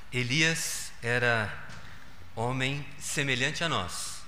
Elias era homem semelhante a nós.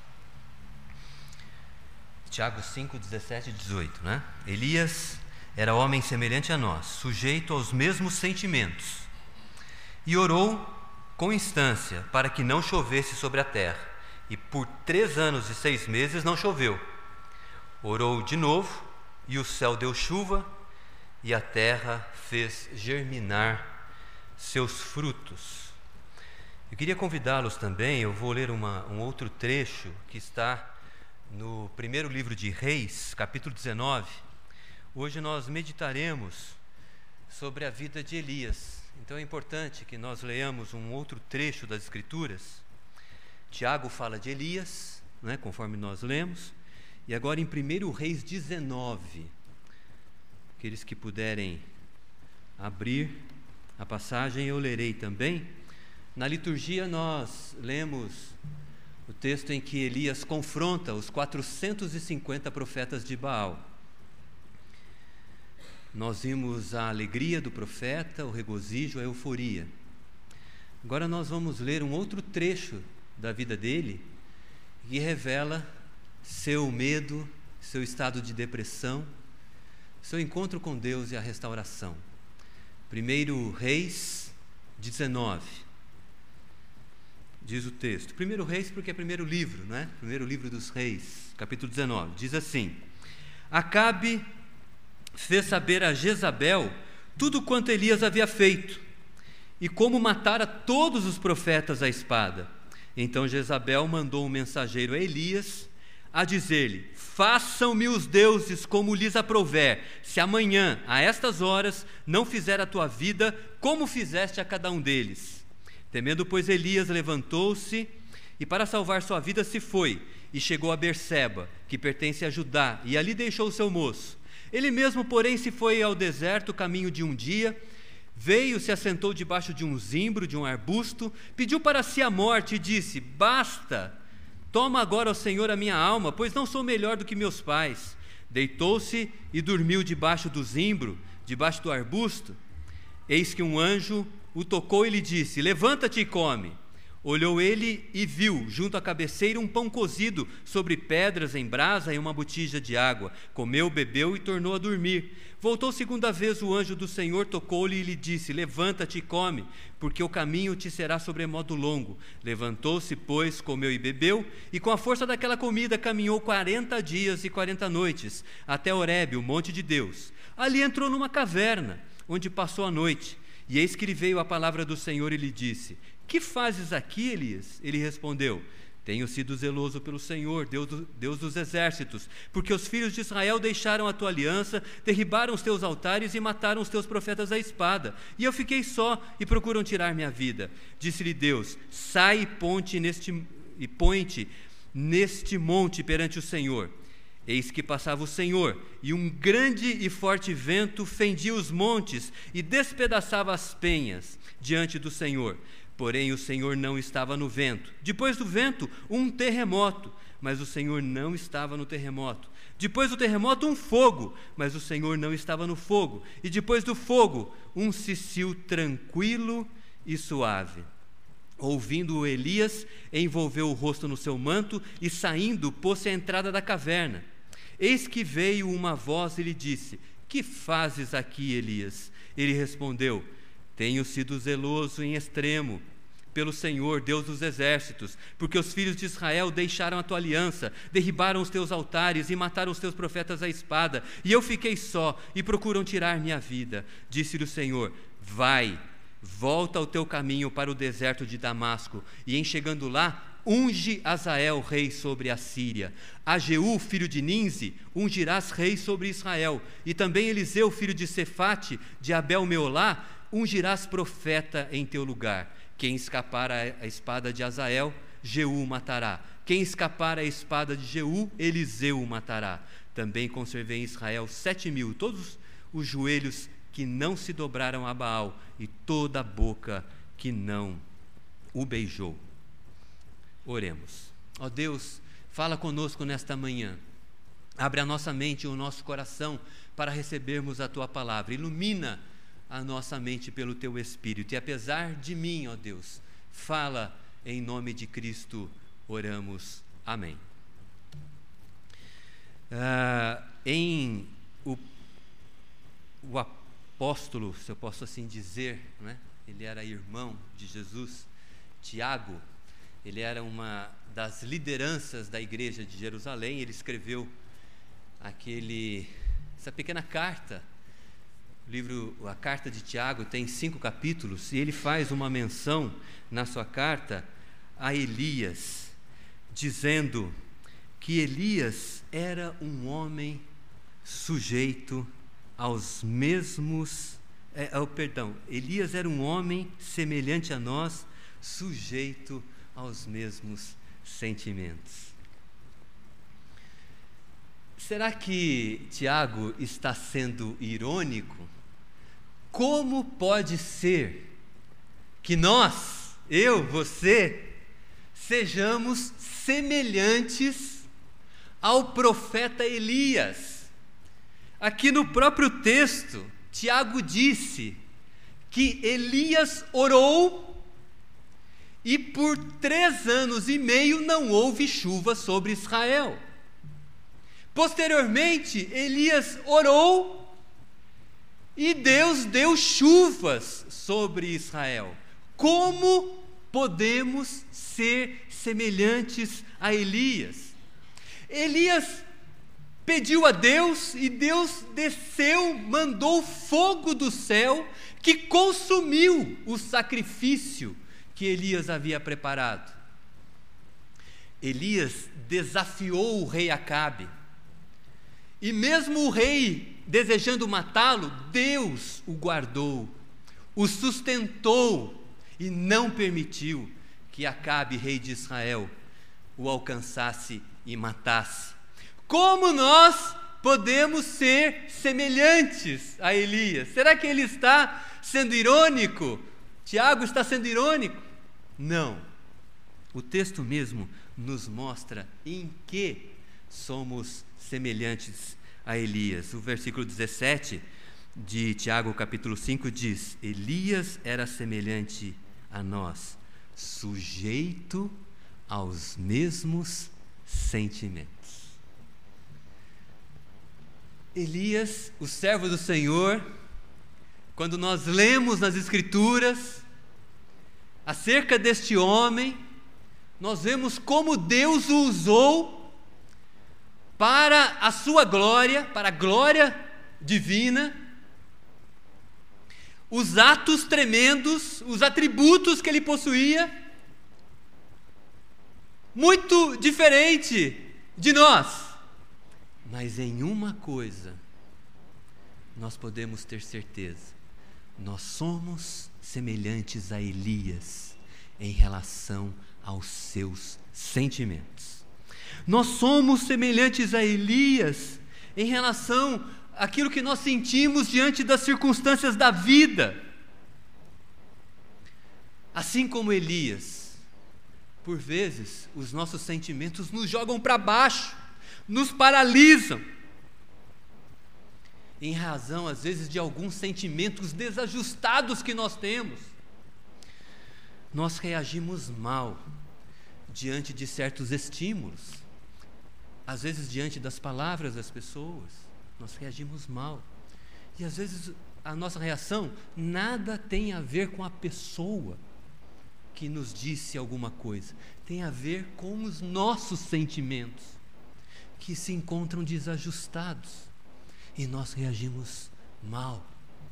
Tiago 5, 17 e 18, né? Elias era homem semelhante a nós, sujeito aos mesmos sentimentos, e orou com instância para que não chovesse sobre a terra. E por 3 anos e 6 meses não choveu. Orou de novo, e o céu deu chuva, e a terra fez germinar seus frutos. Eu queria convidá-los também, eu vou ler um outro trecho que está no primeiro livro de Reis, capítulo 19. Hoje nós meditaremos sobre a vida de Elias. Então é importante que nós leamos um outro trecho das Escrituras. Tiago fala de Elias, né, conforme nós lemos, e agora em 1 Reis 19, aqueles que puderem abrir a passagem, eu lerei também. Na liturgia nós lemos o texto em que Elias confronta os 450 profetas de Baal. Nós vimos a alegria do profeta, o regozijo, a euforia. Agora nós vamos ler um outro trecho da vida dele que revela seu medo, seu estado de depressão, seu encontro com Deus e a restauração. 1 Reis 19, diz o texto. 1 Reis porque é primeiro livro, né? Primeiro livro dos Reis, capítulo 19, diz assim: Acabe fez saber a Jezabel tudo quanto Elias havia feito, e como matara todos os profetas à espada. Então Jezabel mandou um mensageiro a Elias, a dizer-lhe: façam-me os deuses como lhes aprouver, se amanhã, a estas horas, não fizer a tua vida como fizeste a cada um deles. Temendo, pois, Elias levantou-se e para salvar sua vida se foi, e chegou a Berseba, que pertence a Judá, e ali deixou o seu moço. Ele mesmo, porém, se foi ao deserto, caminho de um dia, veio, se assentou debaixo de um zimbro, de um arbusto, pediu para si a morte e disse: basta, toma agora, ó Senhor, a minha alma, pois não sou melhor do que meus pais. Deitou-se e dormiu debaixo do zimbro, debaixo do arbusto. Eis que um anjo o tocou e lhe disse: levanta-te e come. Olhou ele e viu, junto à cabeceira, um pão cozido sobre pedras em brasa e uma botija de água. Comeu, bebeu e tornou a dormir. Voltou segunda vez o anjo do Senhor, tocou-lhe e lhe disse: levanta-te e come, porque o caminho te será sobremodo longo. Levantou-se, pois, comeu e bebeu, e com a força daquela comida caminhou 40 dias e 40 noites, até Horebe, o monte de Deus. Ali entrou numa caverna, onde passou a noite. E eis que lhe veio a palavra do Senhor e lhe disse: que fazes aqui, Elias? Ele respondeu: tenho sido zeloso pelo Senhor, Deus dos exércitos, porque os filhos de Israel deixaram a tua aliança, derribaram os teus altares e mataram os teus profetas à espada. E eu fiquei só e procuram tirar minha vida. Disse-lhe Deus: sai e põe-te neste monte perante o Senhor. Eis que passava o Senhor, e um grande e forte vento fendia os montes e despedaçava as penhas diante do Senhor. Porém o Senhor não estava no vento. Depois do vento, um terremoto, mas o Senhor não estava no terremoto. Depois do terremoto, um fogo, mas o Senhor não estava no fogo. E depois do fogo, um cicio tranquilo e suave. Ouvindo-o, Elias envolveu o rosto no seu manto e, saindo, pôs-se à entrada da caverna. Eis que veio uma voz e lhe disse: que fazes aqui, Elias? Ele respondeu: tenho sido zeloso em extremo pelo Senhor, Deus dos exércitos, porque os filhos de Israel deixaram a tua aliança, derribaram os teus altares e mataram os teus profetas à espada, e eu fiquei só e procuram tirar minha vida. Disse-lhe o Senhor: vai, volta ao teu caminho para o deserto de Damasco, e em chegando lá, unge Azael rei sobre a Síria. A Jeú, filho de Ninzi, ungirás rei sobre Israel, e também Eliseu, filho de Cefate, de Abel-Meolá, ungirás profeta em teu lugar. Quem escapar à espada de Azael, Jeú matará. Quem escapar à espada de Jeú, Eliseu matará. Também conservei em Israel 7.000, todos os joelhos que não se dobraram a Baal, e toda a boca que não o beijou. Oremos. Ó Deus, fala conosco nesta manhã. Abre a nossa mente e o nosso coração para recebermos a Tua palavra. Ilumina a nossa mente pelo Teu Espírito. E apesar de mim, ó Deus, fala em nome de Cristo, oramos. Amém. O apóstolo, se eu posso assim dizer, né? Ele era irmão de Jesus, Tiago, ele era uma das lideranças da igreja de Jerusalém. Ele escreveu essa pequena carta. A carta de Tiago tem 5 capítulos, e ele faz uma menção na sua carta a Elias, dizendo que Elias era um homem sujeito aos mesmos... Elias era um homem semelhante a nós, sujeito aos mesmos sentimentos. Será que Tiago está sendo irônico? Como pode ser que nós, eu, você, sejamos semelhantes ao profeta Elias? Aqui no próprio texto, Tiago disse que Elias orou e por 3 anos e meio não houve chuva sobre Israel. Posteriormente, Elias orou e Deus deu chuvas sobre Israel. Como podemos ser semelhantes a Elias? Elias pediu a Deus e Deus desceu, mandou fogo do céu que consumiu o sacrifício que Elias havia preparado. Elias desafiou o rei Acabe, e mesmo o rei desejando matá-lo, Deus o guardou, o sustentou e não permitiu que Acabe, rei de Israel, o alcançasse e matasse. Como nós podemos ser semelhantes a Elias? Será que ele está sendo irônico? Tiago está sendo irônico? Não. O texto mesmo nos mostra em que somos semelhantes a Elias. O versículo 17 de Tiago, capítulo 5, diz: Elias era semelhante a nós, sujeito aos mesmos sentimentos. Elias, o servo do Senhor, quando nós lemos nas Escrituras acerca deste homem, nós vemos como Deus o usou para a sua glória, para a glória divina, os atos tremendos, os atributos que ele possuía, muito diferente de nós. Mas em uma coisa nós podemos ter certeza: nós somos semelhantes a Elias em relação aos seus sentimentos. Nós somos semelhantes a Elias em relação àquilo que nós sentimos diante das circunstâncias da vida. Assim como Elias, por vezes os nossos sentimentos nos jogam para baixo, nos paralisam, em razão, às vezes, de alguns sentimentos desajustados que nós temos. Nós reagimos mal diante de certos estímulos, às vezes diante das palavras das pessoas, nós reagimos mal. E às vezes a nossa reação nada tem a ver com a pessoa que nos disse alguma coisa, tem a ver com os nossos sentimentos, que se encontram desajustados, e nós reagimos mal.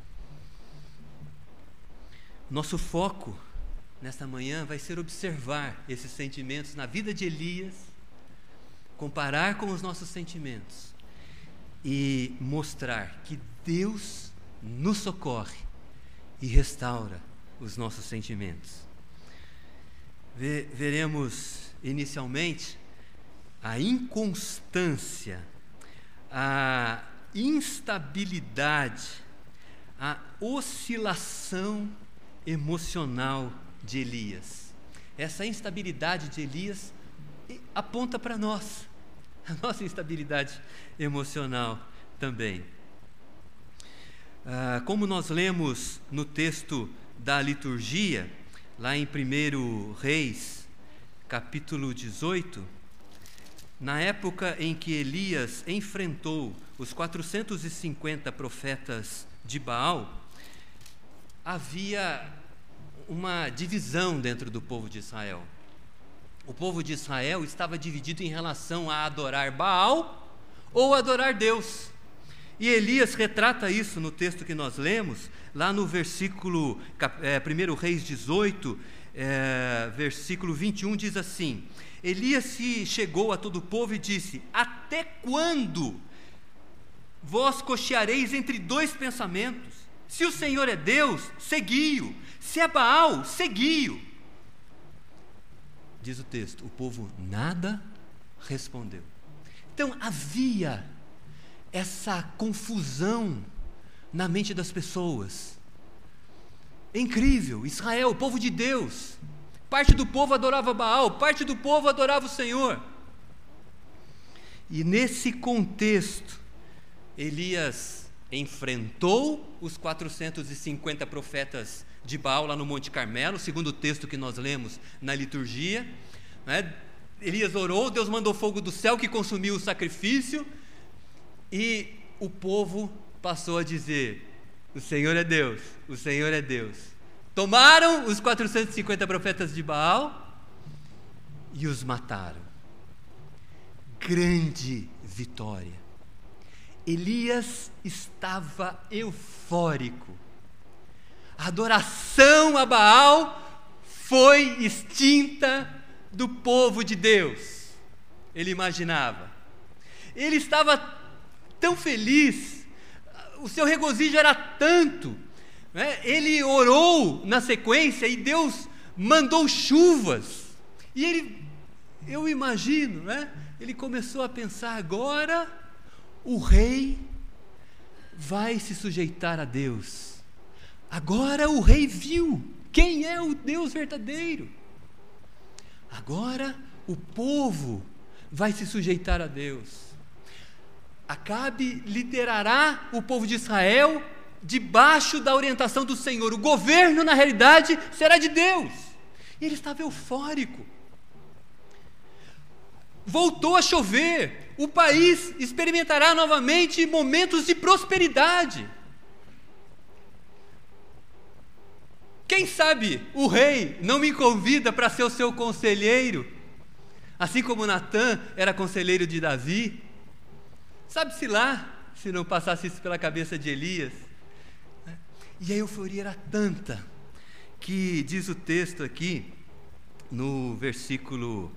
Nosso foco nesta manhã vai ser observar esses sentimentos na vida de Elias, comparar com os nossos sentimentos e mostrar que Deus nos socorre e restaura os nossos sentimentos. Veremos inicialmente a inconstância, a instabilidade, a oscilação emocional de Elias. Essa instabilidade de Elias aponta para nós, a nossa instabilidade emocional também. Como nós lemos no texto da liturgia, lá em 1 Reis, capítulo 18, na época em que Elias enfrentou os 450 profetas de Baal, havia uma divisão dentro do povo de Israel. O povo de Israel estava dividido em relação a adorar Baal ou adorar Deus. E Elias retrata isso no texto que nós lemos, lá no versículo 1 Reis 18, versículo 21, diz assim: Elias se chegou a todo o povo e disse: até quando vós cocheareis entre dois pensamentos? Se o Senhor é Deus, segui-o; se é Baal, segui-o. Diz o texto, o povo nada respondeu. Então havia essa confusão na mente das pessoas. É incrível. Israel, o povo de Deus, parte do povo adorava Baal, parte do povo adorava o Senhor. E nesse contexto, Elias enfrentou os 450 profetas de Baal lá no Monte Carmelo, segundo o texto que nós lemos na liturgia, né? Elias orou, Deus mandou fogo do céu que consumiu o sacrifício, e o povo passou a dizer: o Senhor é Deus, o Senhor é Deus. Tomaram os 450 profetas de Baal e os mataram. Grande vitória. Elias estava eufórico. A adoração a Baal foi extinta do povo de Deus. Ele imaginava. Ele estava tão feliz, o seu regozijo era tanto, né? Ele orou na sequência e Deus mandou chuvas. E eu imagino, né? Ele começou a pensar: agora o rei vai se sujeitar a Deus. Agora o rei viu quem é o Deus verdadeiro. Agora o povo vai se sujeitar a Deus. Acabe liderará o povo de Israel debaixo da orientação do Senhor. O governo, na realidade, será de Deus. E ele estava eufórico. Voltou a chover. O país experimentará novamente momentos de prosperidade. Quem sabe o rei não me convida para ser o seu conselheiro, assim como Natã era conselheiro de Davi? Sabe-se lá se não passasse isso pela cabeça de Elias. E a euforia era tanta que diz o texto aqui no versículo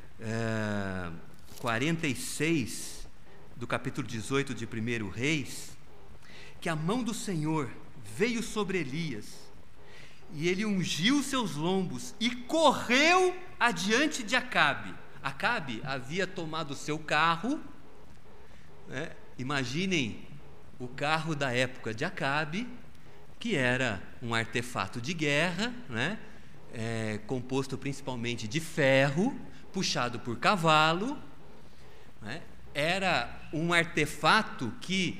46 do capítulo 18 de 1 Reis, que a mão do Senhor veio sobre Elias e ele ungiu seus lombos e correu adiante de Acabe. Acabe havia tomado seu carro, né? Imaginem o carro da época de Acabe, que era um artefato de guerra, né? Composto principalmente de ferro, puxado por cavalo, né? Era um artefato que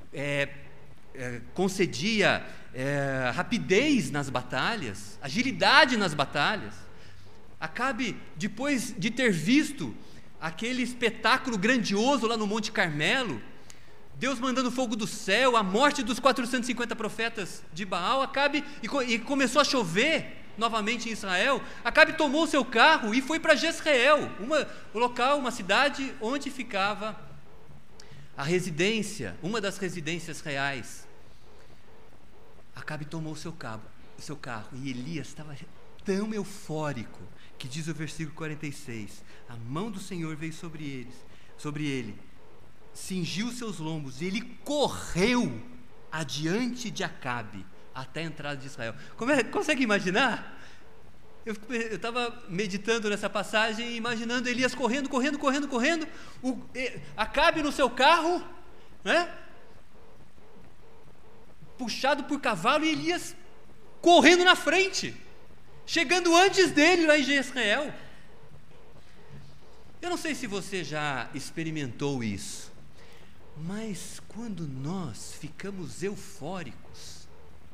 concedia rapidez nas batalhas, agilidade nas batalhas. Acabe, depois de ter visto aquele espetáculo grandioso lá no Monte Carmelo, Deus mandando fogo do céu, a morte dos 450 profetas de Baal, Acabe, e começou a chover novamente em Israel. Acabe tomou seu carro e foi para Jezreel, um local, uma cidade onde ficava a residência, uma das residências reais. Acabe tomou seu carro e Elias estava tão eufórico que diz o versículo 46: a mão do Senhor veio sobre ele, cingiu seus lombos e ele correu adiante de Acabe até a entrada de Israel. Consegue imaginar? Eu estava meditando nessa passagem e imaginando Elias correndo, Acabe no seu carro, né? Puxado por cavalo, e Elias correndo na frente, chegando antes dele lá em Jezreel. Eu não sei se você já experimentou isso, Mas quando nós ficamos eufóricos,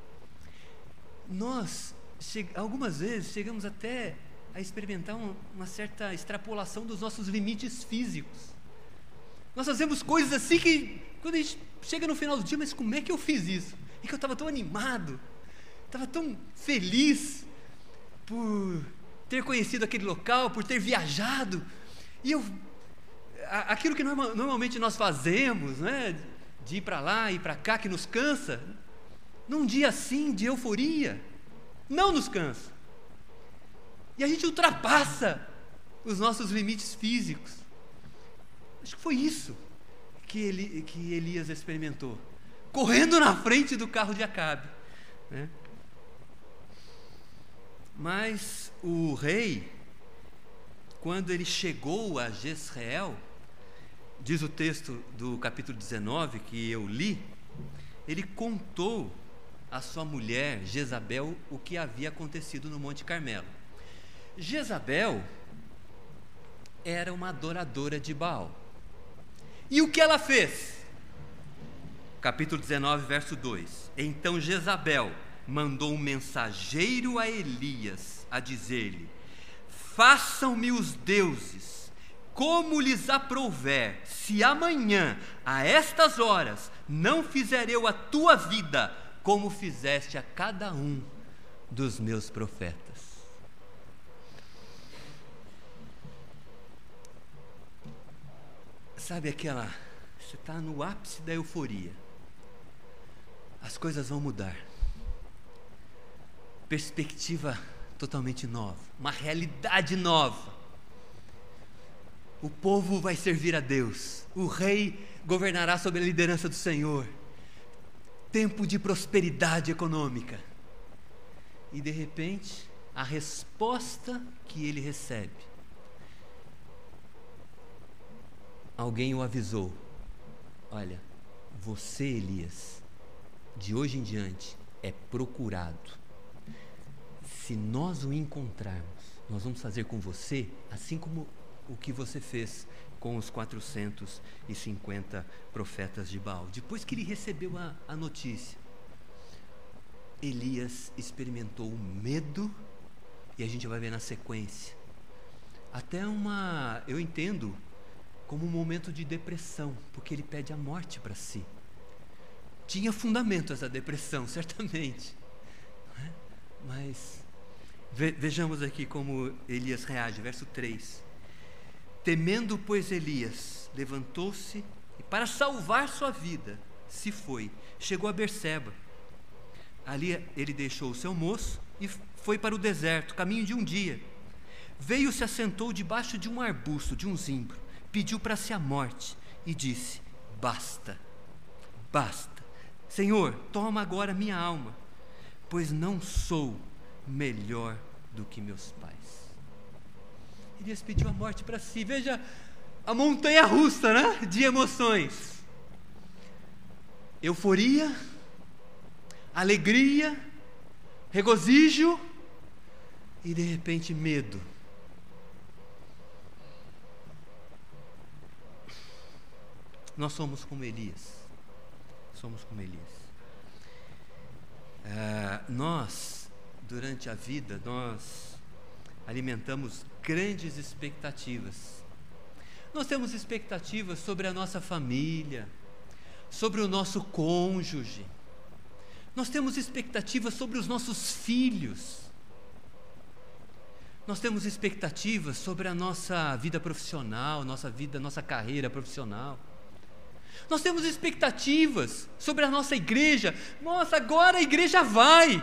nós algumas vezes chegamos até a experimentar uma certa extrapolação dos nossos limites físicos. Nós fazemos coisas assim que, quando a gente chega no final do dia, mas como é que eu fiz isso? É que eu estava tão animado, estava tão feliz por ter conhecido aquele local, por ter viajado, e aquilo que normalmente nós fazemos, né, de ir para lá e para cá, que nos cansa, num dia assim de euforia, não nos cansa. E a gente ultrapassa os nossos limites físicos. Acho que foi isso que Elias experimentou, correndo na frente do carro de Acabe, né? Mas o rei, quando ele chegou a Jezreel, diz o texto do capítulo 19 que eu li, ele contou à sua mulher Jezabel o que havia acontecido no Monte Carmelo. Jezabel era uma adoradora de Baal. E o que ela fez? Capítulo 19, verso 2. Então Jezabel mandou um mensageiro a Elias a dizer-lhe: façam-me os deuses como lhes aprouver, se amanhã, a estas horas, não fizer eu a tua vida como fizeste a cada um dos meus profetas. Sabe aquela, você está no ápice da euforia, as coisas vão mudar, perspectiva totalmente nova, uma realidade nova, o povo vai servir a Deus, o rei governará sob a liderança do Senhor, tempo de prosperidade econômica, e de repente, a resposta que ele recebe, alguém o avisou: olha, você, Elias, de hoje em diante é procurado. Se nós o encontrarmos, nós vamos fazer com você assim como o que você fez com os 450 profetas de Baal. Depois que ele recebeu a notícia, Elias experimentou o medo, e a gente vai ver na sequência, até eu entendo, como um momento de depressão, porque ele pede a morte para si. Tinha fundamento essa depressão, certamente, né? Mas vejamos aqui como Elias reage, verso 3. Temendo, pois, Elias, levantou-se e, para salvar sua vida, se foi, chegou a Berseba. Ali ele deixou o seu moço e foi para o deserto, caminho de um dia. Veio, se assentou debaixo de um arbusto, de um zimbro, pediu para si a morte e disse: basta, basta, Senhor, toma agora minha alma, pois não sou melhor do que meus pais. Elias pediu a morte para si. Veja a montanha russa, né, de emoções: euforia, alegria, regozijo e de repente medo. Nós somos como Elias. Somos como Elias. Nós, durante a vida, nós alimentamos grandes expectativas. Nós temos expectativas sobre a nossa família, sobre o nosso cônjuge. Nós temos expectativas sobre os nossos filhos. Nós temos expectativas sobre a nossa vida profissional, nossa carreira profissional. Nós temos expectativas sobre a nossa igreja. Nossa, agora a igreja vai.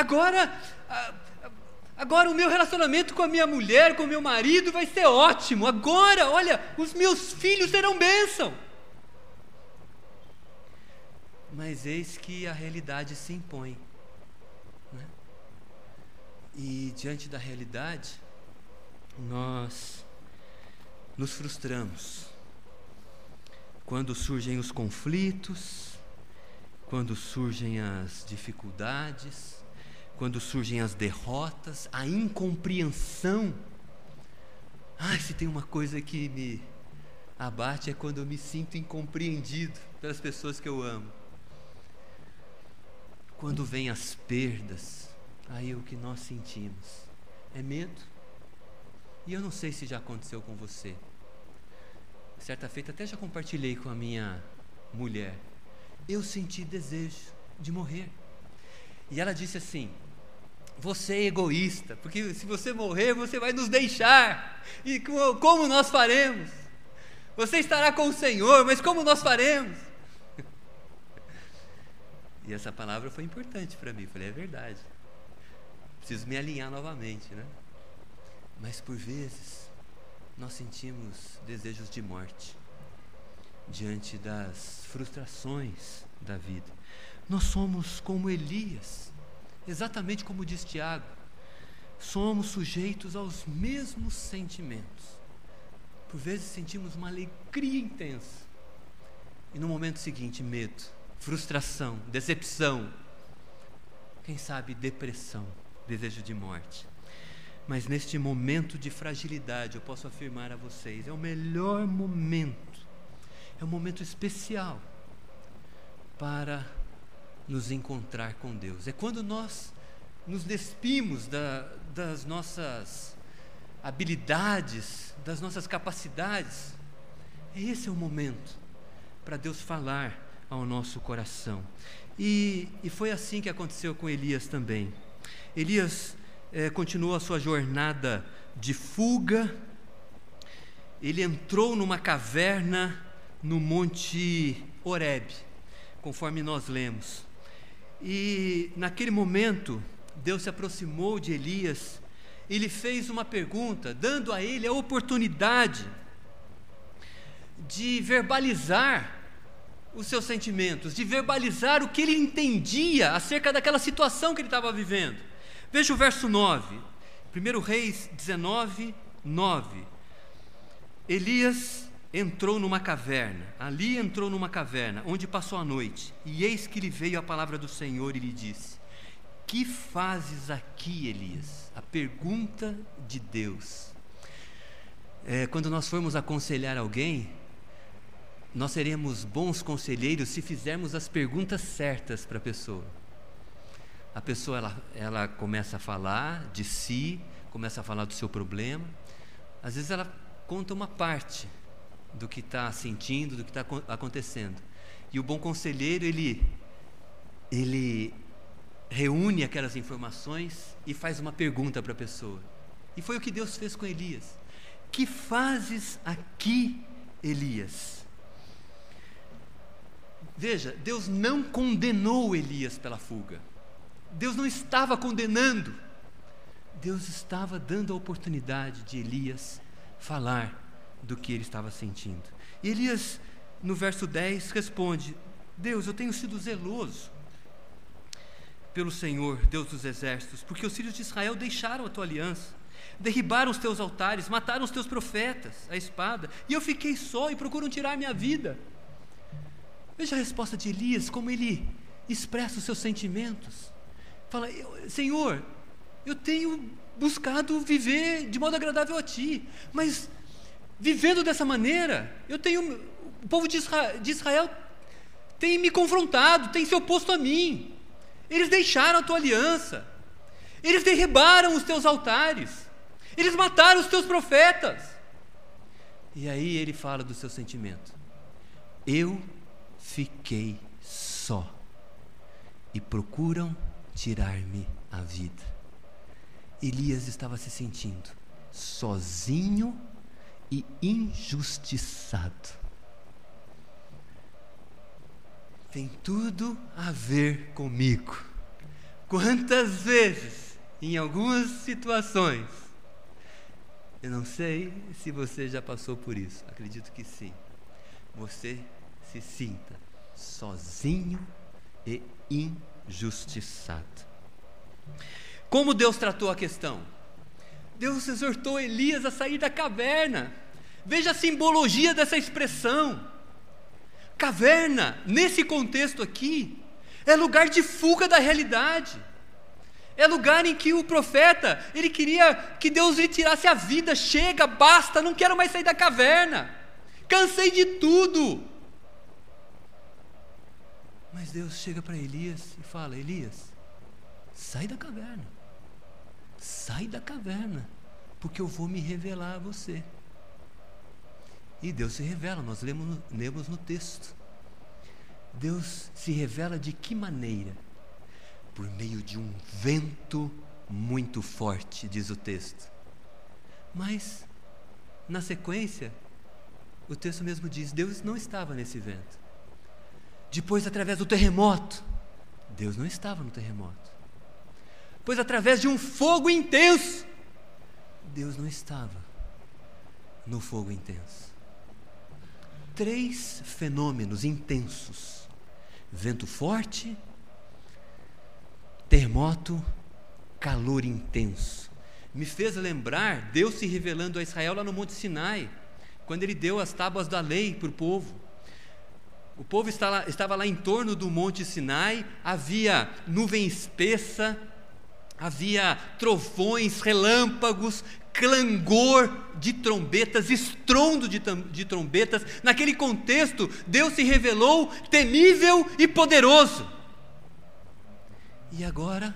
Agora o meu relacionamento com a minha mulher, com o meu marido vai ser ótimo. Agora, olha, os meus filhos serão bênção. Mas eis que a realidade se impõe, né? E diante da realidade, nós nos frustramos. Quando surgem os conflitos, quando surgem as dificuldades, quando surgem as derrotas, a incompreensão. Se tem uma coisa que Abate é quando eu me sinto incompreendido pelas pessoas que eu amo. Quando vem as perdas, aí o que nós sentimos é medo. E eu não sei se já aconteceu com você. Certa feita até já compartilhei com a minha mulher. Eu senti desejo de morrer. E ela disse assim: você é egoísta, porque se você morrer, você vai nos deixar. E como nós faremos? Você estará com o Senhor, mas como nós faremos? E essa palavra foi importante para mim. Eu falei, é verdade. Preciso me alinhar novamente, né? Mas por vezes, nós sentimos desejos de morte diante das frustrações da vida. Nós somos como Elias, exatamente como diz Tiago, somos sujeitos aos mesmos sentimentos. Por vezes sentimos uma alegria intensa e no momento seguinte medo, frustração, decepção, quem sabe depressão, desejo de morte. Mas neste momento de fragilidade eu posso afirmar a vocês, é o melhor momento, é um momento especial para nos encontrar com Deus. É quando nós nos despimos das nossas habilidades, das nossas capacidades. Esse é o momento para Deus falar ao nosso coração. E foi assim que aconteceu com Elias também. Elias continuou a sua jornada de fuga. Ele entrou numa caverna no Monte Horebe, conforme nós lemos. E naquele momento, Deus se aproximou de Elias, ele fez uma pergunta, dando a ele a oportunidade de verbalizar os seus sentimentos, de verbalizar o que ele entendia acerca daquela situação que ele estava vivendo. Veja o verso 9, 1 Reis 19, 9. Elias entrou numa caverna, ali entrou numa caverna, onde passou a noite, e eis que lhe veio a palavra do Senhor e lhe disse: que fazes aqui, Elias? A pergunta de Deus. Quando nós formos aconselhar alguém, nós seremos bons conselheiros se fizermos as perguntas certas para a pessoa. A pessoa ela começa a falar de si, começa a falar do seu problema. Às vezes ela conta uma parte do que está sentindo, do que está acontecendo. E o bom conselheiro, ele reúne aquelas informações e faz uma pergunta para a pessoa. E foi o que Deus fez com Elias. Que fazes aqui, Elias? Veja, Deus não condenou Elias pela fuga. Deus não estava condenando. Deus estava dando a oportunidade de Elias falar do que ele estava sentindo. E Elias, no verso 10, responde: Deus, eu tenho sido zeloso pelo Senhor, Deus dos exércitos, porque os filhos de Israel deixaram a tua aliança, derribaram os teus altares, mataram os teus profetas, a espada, e eu fiquei só e procuram tirar minha vida. Veja a resposta de Elias, como ele expressa os seus sentimentos. Fala: Senhor, eu tenho buscado viver de modo agradável a Ti, mas vivendo dessa maneira, o povo de Israel tem me confrontado, tem se oposto a mim. Eles deixaram a tua aliança, eles derribaram os teus altares, eles mataram os teus profetas. E aí ele fala do seu sentimento: eu fiquei só e procuram tirar-me a vida. Elias estava se sentindo sozinho e injustiçado. Tem tudo a ver comigo. Quantas vezes, em algumas situações, eu não sei se você já passou por isso, acredito que sim, você se sinta sozinho e injustiçado. Como Deus tratou a questão? Deus exortou Elias a sair da caverna. Veja a simbologia dessa expressão. Caverna, nesse contexto aqui, é lugar de fuga da realidade. É lugar em que o profeta, ele queria que Deus lhe tirasse a vida. Chega, basta, não quero mais sair da caverna. cansei de tudo. Mas Deus chega para Elias e fala: Elias, sai da caverna, porque eu vou me revelar a você. E Deus se revela, nós lemos no texto. Deus se revela de que maneira? Por meio de um vento muito forte, diz o texto. Mas, na sequência, o texto mesmo diz: Deus não estava nesse vento. Depois, através do terremoto, Deus não estava no terremoto. Depois, através de um fogo intenso, Deus não estava no fogo intenso. 3 fenômenos intensos: vento forte, terremoto, calor intenso. Me fez lembrar Deus se revelando a Israel lá no Monte Sinai, quando Ele deu as tábuas da lei para o povo. O povo estava lá em torno do Monte Sinai, havia nuvem espessa, havia trovões, relâmpagos, clangor de trombetas, estrondo de trombetas. Naquele contexto, Deus se revelou temível e poderoso. E agora,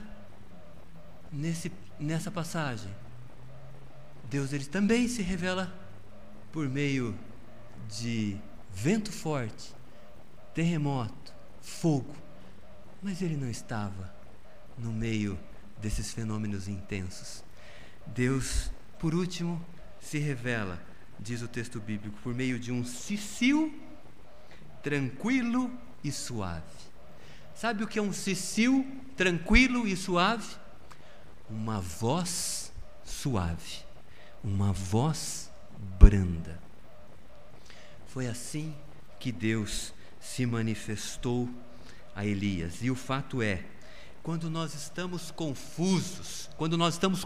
nessa passagem, Deus ele também se revela por meio de vento forte, terremoto, fogo, mas Ele não estava no meio desses fenômenos intensos. Deus, por último, se revela, diz o texto bíblico, por meio de um cicio tranquilo e suave. Sabe o que é um cicio tranquilo e suave? Uma voz suave, uma voz branda. Foi assim que Deus se manifestou a Elias. E o fato é, quando nós estamos confusos, quando nós estamos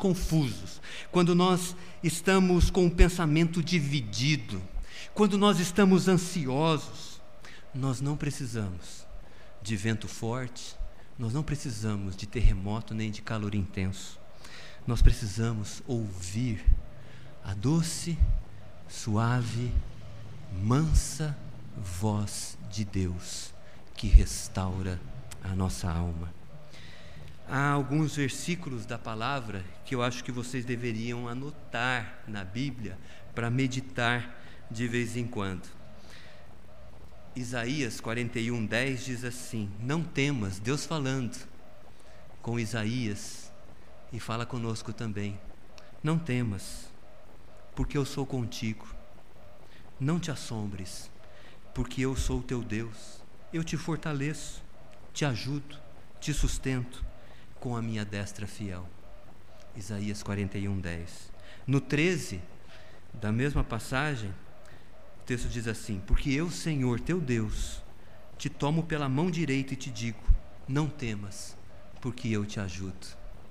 com o pensamento dividido, quando nós estamos ansiosos, nós não precisamos de vento forte, nós não precisamos de terremoto nem de calor intenso. Nós precisamos ouvir a doce, suave, mansa voz de Deus que restaura a nossa alma. Há alguns versículos da palavra que eu acho que vocês deveriam anotar na Bíblia para meditar de vez em quando. Isaías 41:10 diz assim: não temas, Deus falando com Isaías e fala conosco também, não temas, porque eu sou contigo, não te assombres, porque eu sou o teu Deus, eu te fortaleço, te ajudo, te sustento com a minha destra fiel. Isaías 41:10. No 13 da mesma passagem, o texto diz assim: porque eu, Senhor, teu Deus, te tomo pela mão direita e te digo, não temas, porque eu te ajudo.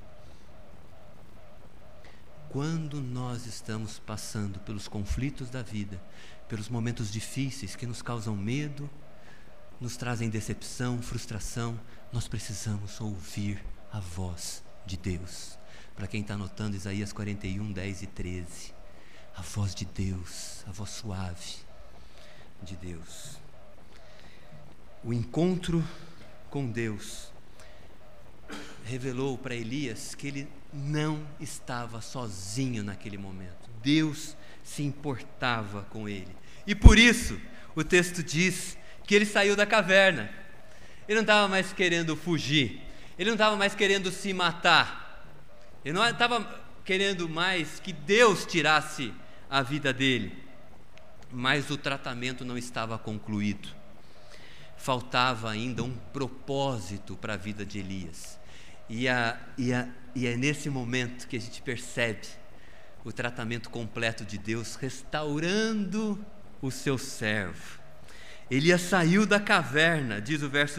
Quando nós estamos passando pelos conflitos da vida, pelos momentos difíceis que nos causam medo, nos trazem decepção, frustração, nós precisamos ouvir a voz de Deus. Para quem está anotando, Isaías 41:10 e 13. A voz de Deus, a voz suave de Deus. O encontro com Deus revelou para Elias que ele não estava sozinho naquele momento. Deus se importava com ele. E por isso, o texto diz que ele saiu da caverna. Ele não estava mais querendo fugir. Ele não estava mais querendo se matar. Ele não estava querendo mais que Deus tirasse a vida dele, mas o tratamento não estava concluído. Faltava ainda um propósito para a vida de Elias. E é nesse momento que a gente percebe o tratamento completo de Deus restaurando o seu servo. Elias saiu da caverna, diz o verso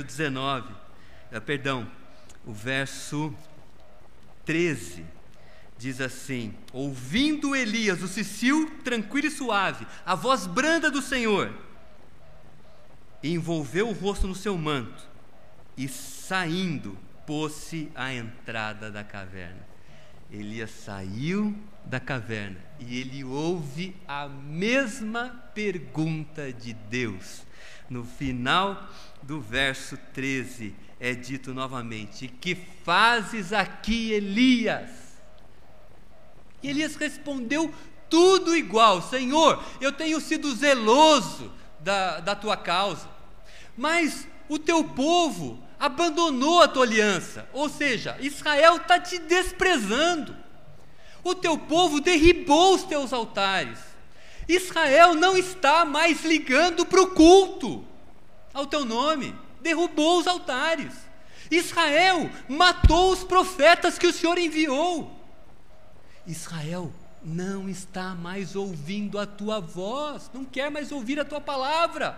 13. Diz assim: ouvindo Elias o cicio tranquilo e suave, a voz branda do Senhor, envolveu o rosto no seu manto e saindo, pôs-se à entrada da caverna. Elias saiu da caverna e ele ouve a mesma pergunta de Deus. No final do verso 13 é dito novamente: que fazes aqui, Elias? E Elias respondeu tudo igual: Senhor, eu tenho sido zeloso da tua causa, mas o teu povo abandonou a tua aliança, ou seja, Israel está te desprezando. O teu povo derribou os teus altares. Israel não está mais ligando para o culto ao teu nome, derrubou os altares. Israel matou os profetas que o Senhor enviou. Israel não está mais ouvindo a tua voz, não quer mais ouvir a tua palavra.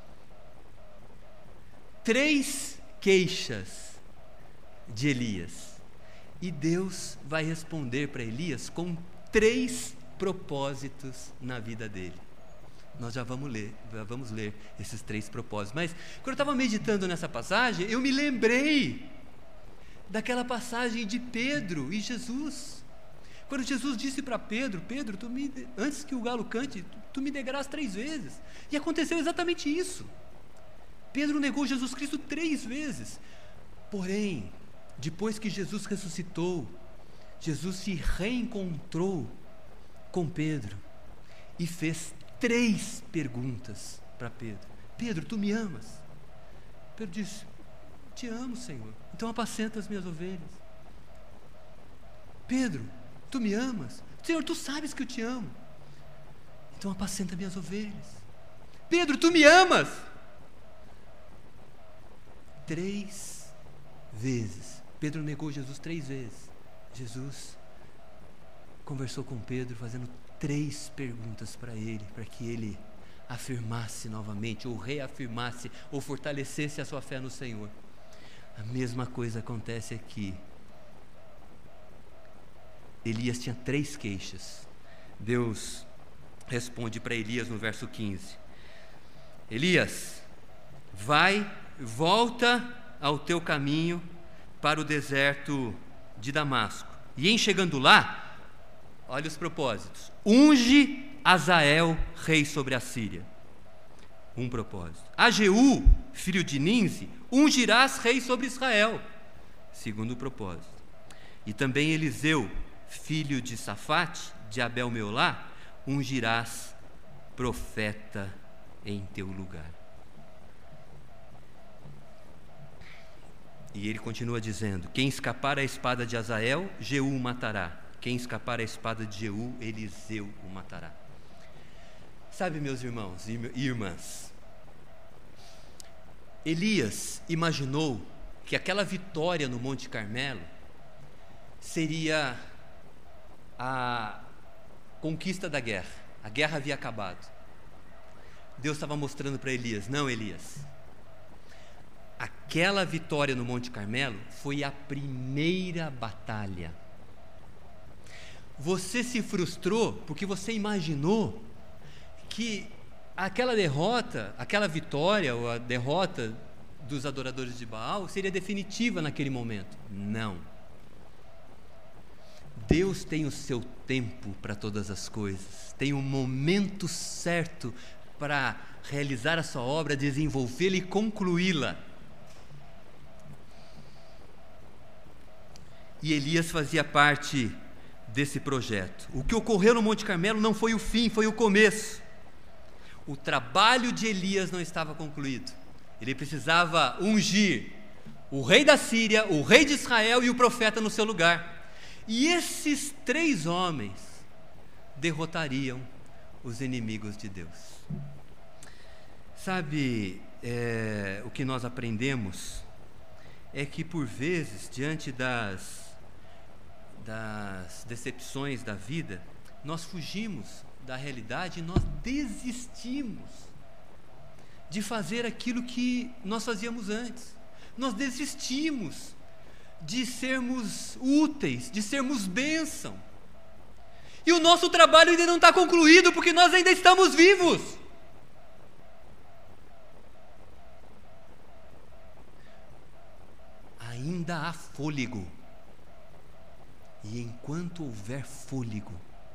3 queixas de Elias, e Deus vai responder para Elias com 3 propósitos na vida dele. Nós já vamos ler esses 3 propósitos, mas quando eu estava meditando nessa passagem, eu me lembrei daquela passagem de Pedro e Jesus, quando Jesus disse para Pedro: Pedro, antes que o galo cante, tu me negarás 3 vezes, e aconteceu exatamente isso. Pedro negou Jesus Cristo 3 vezes. Porém, depois que Jesus ressuscitou, Jesus se reencontrou com Pedro e fez 3 perguntas para Pedro. Pedro, tu me amas? Pedro disse: te amo, Senhor, então apacenta as minhas ovelhas. Pedro, tu me amas? Senhor, tu sabes que eu te amo, então apacenta minhas ovelhas. Pedro, tu me amas? 3 vezes. Pedro negou Jesus 3 vezes. Jesus conversou com Pedro, fazendo 3 perguntas para ele, para que ele afirmasse novamente, ou reafirmasse, ou fortalecesse a sua fé no Senhor. A mesma coisa acontece aqui. Elias tinha 3 queixas. Deus responde para Elias no verso 15: Elias, volta ao teu caminho para o deserto de Damasco, e em chegando lá, olha os propósitos: unge Azael rei sobre a Síria. Um propósito. A Jeú, filho de Ninzi, ungirás rei sobre Israel. Segundo propósito. E também Eliseu, filho de Safate, de Abel-Meolá, ungirás profeta em teu lugar. E ele continua dizendo: quem escapar à espada de Azael, Jeú o matará. Quem escapar à espada de Jeú, Eliseu o matará. Sabe, meus irmãos e irmãs, Elias imaginou que aquela vitória no Monte Carmelo seria a conquista da guerra. A guerra havia acabado. Deus estava mostrando para Elias: não, Elias, aquela vitória no Monte Carmelo foi a primeira batalha. Você se frustrou porque você imaginou que aquela derrota, aquela vitória ou a derrota dos adoradores de Baal seria definitiva naquele momento. Não. Deus tem o seu tempo para todas as coisas, tem um momento certo para realizar a sua obra, desenvolvê-la e concluí-la. E Elias fazia parte desse projeto. O que ocorreu no Monte Carmelo não foi o fim, foi o começo. O trabalho de Elias não estava concluído. Ele precisava ungir o rei da Síria, o rei de Israel e o profeta no seu lugar. E esses 3 homens derrotariam os inimigos de Deus. Sabe, o que nós aprendemos é que, por vezes, diante das decepções da vida, nós fugimos da realidade e nós desistimos de fazer aquilo que nós fazíamos antes. Nós desistimos de sermos úteis, de sermos bênção. E o nosso trabalho ainda não está concluído, porque nós ainda estamos vivos. Ainda há fôlego. E enquanto houver fôlego,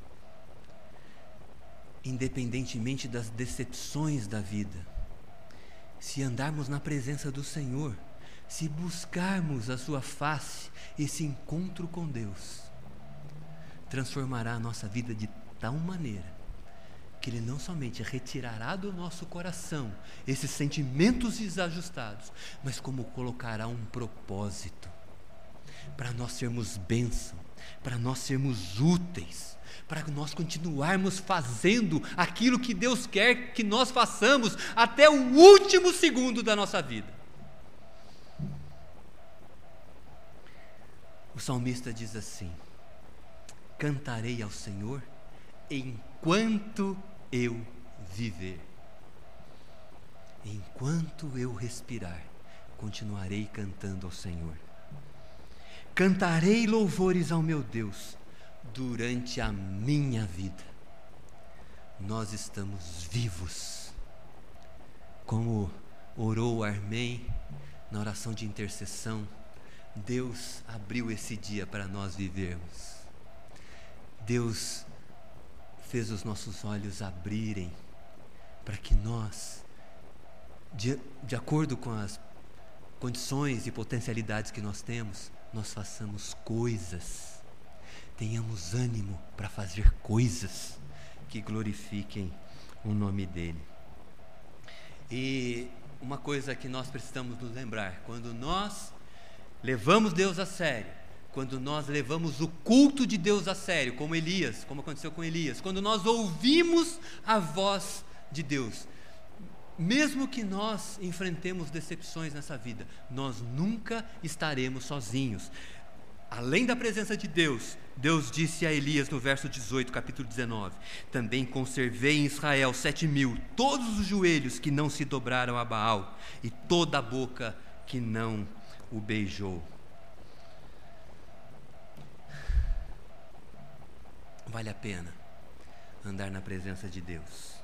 independentemente das decepções da vida, se andarmos na presença do Senhor, se buscarmos a sua face, esse encontro com Deus transformará a nossa vida de tal maneira que Ele não somente retirará do nosso coração esses sentimentos desajustados, mas como colocará um propósito para nós sermos bênção, para nós sermos úteis, para nós continuarmos fazendo aquilo que Deus quer que nós façamos até o último segundo da nossa vida. O salmista diz assim: cantarei ao Senhor enquanto eu viver. Enquanto eu respirar, continuarei cantando ao Senhor. Cantarei louvores ao meu Deus durante a minha vida. Nós estamos vivos. Como orou Armém na oração de intercessão, Deus abriu esse dia para nós vivermos. Deus fez os nossos olhos abrirem para que nós, de acordo com as condições e potencialidades que nós temos, nós façamos coisas, tenhamos ânimo para fazer coisas que glorifiquem o nome dEle. E uma coisa que nós precisamos nos lembrar: quando nós levamos Deus a sério, quando nós levamos o culto de Deus a sério, como Elias, como aconteceu com Elias, quando nós ouvimos a voz de Deus, mesmo que nós enfrentemos decepções nessa vida, nós nunca estaremos sozinhos. Além da presença de Deus, Deus disse a Elias no verso 18, capítulo 19: também conservei em Israel 7.000, todos os joelhos que não se dobraram a Baal, e toda a boca que não o beijou. Vale a pena andar na presença de Deus.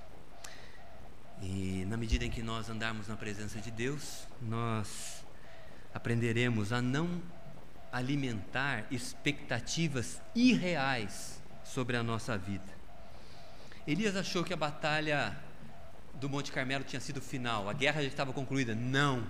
E na medida em que nós andarmos na presença de Deus, nós aprenderemos a não alimentar expectativas irreais sobre a nossa vida. Elias achou que a batalha do Monte Carmelo tinha sido final, a guerra já estava concluída. Não.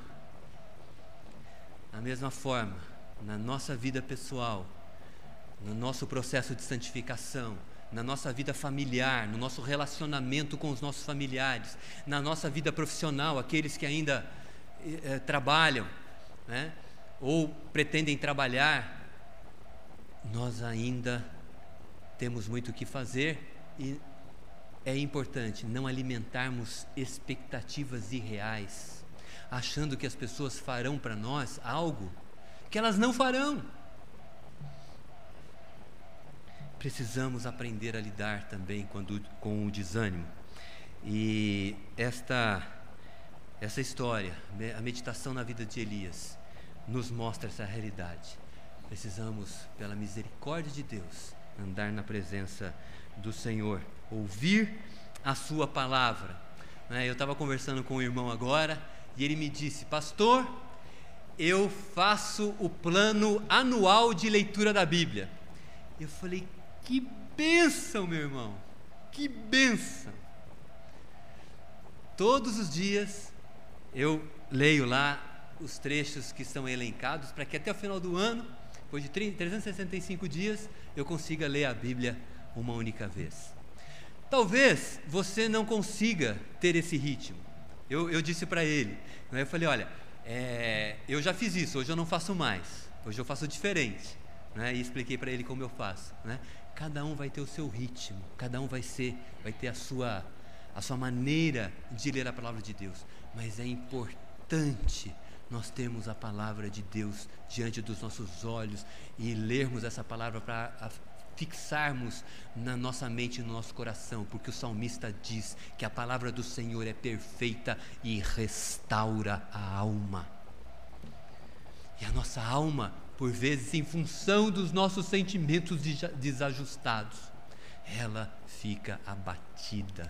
Da mesma forma, na nossa vida pessoal, no nosso processo de santificação, na nossa vida familiar, no nosso relacionamento com os nossos familiares, na nossa vida profissional, aqueles que ainda trabalham, né, ou pretendem trabalhar, nós ainda temos muito o que fazer, e é importante não alimentarmos expectativas irreais, achando que as pessoas farão para nós algo que elas não farão. Precisamos aprender a lidar também com o desânimo. E essa história, a meditação na vida de Elias, nos mostra essa realidade. Precisamos, pela misericórdia de Deus, andar na presença do Senhor, ouvir a sua palavra. Eu estava conversando com o irmão agora, e ele me disse: pastor, eu faço o plano anual de leitura da Bíblia. Eu falei: que bênção, meu irmão, que bênção. Todos os dias eu leio lá os trechos que estão elencados, para que até o final do ano, depois de 365 dias, eu consiga ler a Bíblia uma única vez. Talvez você não consiga ter esse ritmo. Eu disse para ele, eu falei: olha, eu já fiz isso, hoje eu não faço mais, hoje eu faço diferente, né? E expliquei para ele como eu faço, né? Cada um vai ter o seu ritmo, cada um vai ter a sua maneira de ler a palavra de Deus, mas é importante nós termos a palavra de Deus diante dos nossos olhos e lermos essa palavra para fixarmos na nossa mente e no nosso coração, porque o salmista diz que a palavra do Senhor é perfeita e restaura a alma. E a nossa alma, por vezes, em função dos nossos sentimentos desajustados, ela fica abatida.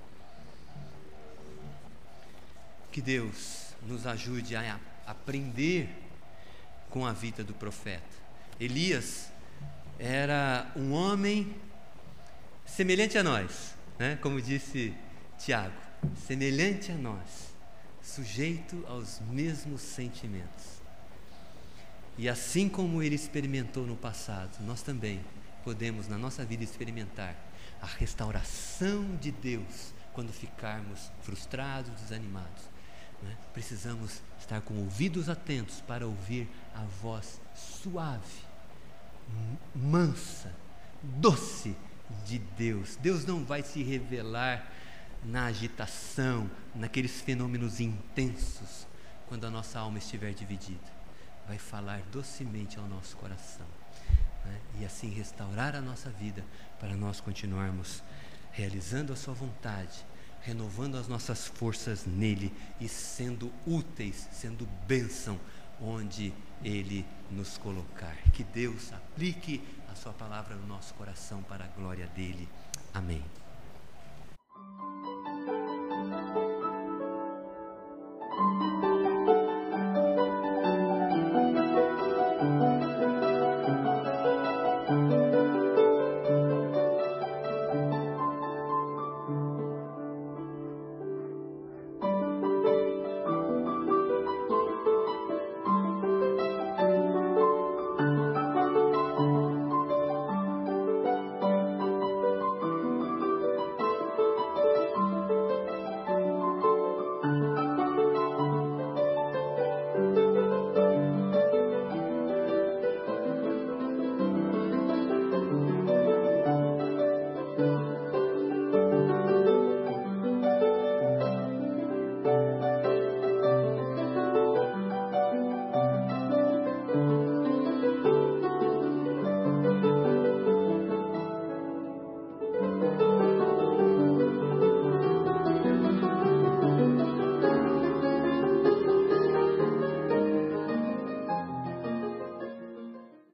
Que Deus nos ajude a aprender com a vida do profeta. Elias era um homem semelhante a nós, né? Como disse Tiago, semelhante a nós, sujeito aos mesmos sentimentos. E assim como ele experimentou no passado, nós também podemos na nossa vida experimentar a restauração de Deus quando ficarmos frustrados, desanimados, né? Precisamos estar com ouvidos atentos para ouvir a voz suave, mansa, doce de Deus. Deus não vai se revelar na agitação, naqueles fenômenos intensos, quando a nossa alma estiver dividida. Vai falar docemente ao nosso coração, né? E assim restaurar a nossa vida para nós continuarmos realizando a sua vontade, renovando as nossas forças nele e sendo úteis, sendo bênção onde ele nos colocar. Que Deus aplique a sua palavra no nosso coração para a glória dele. Amém.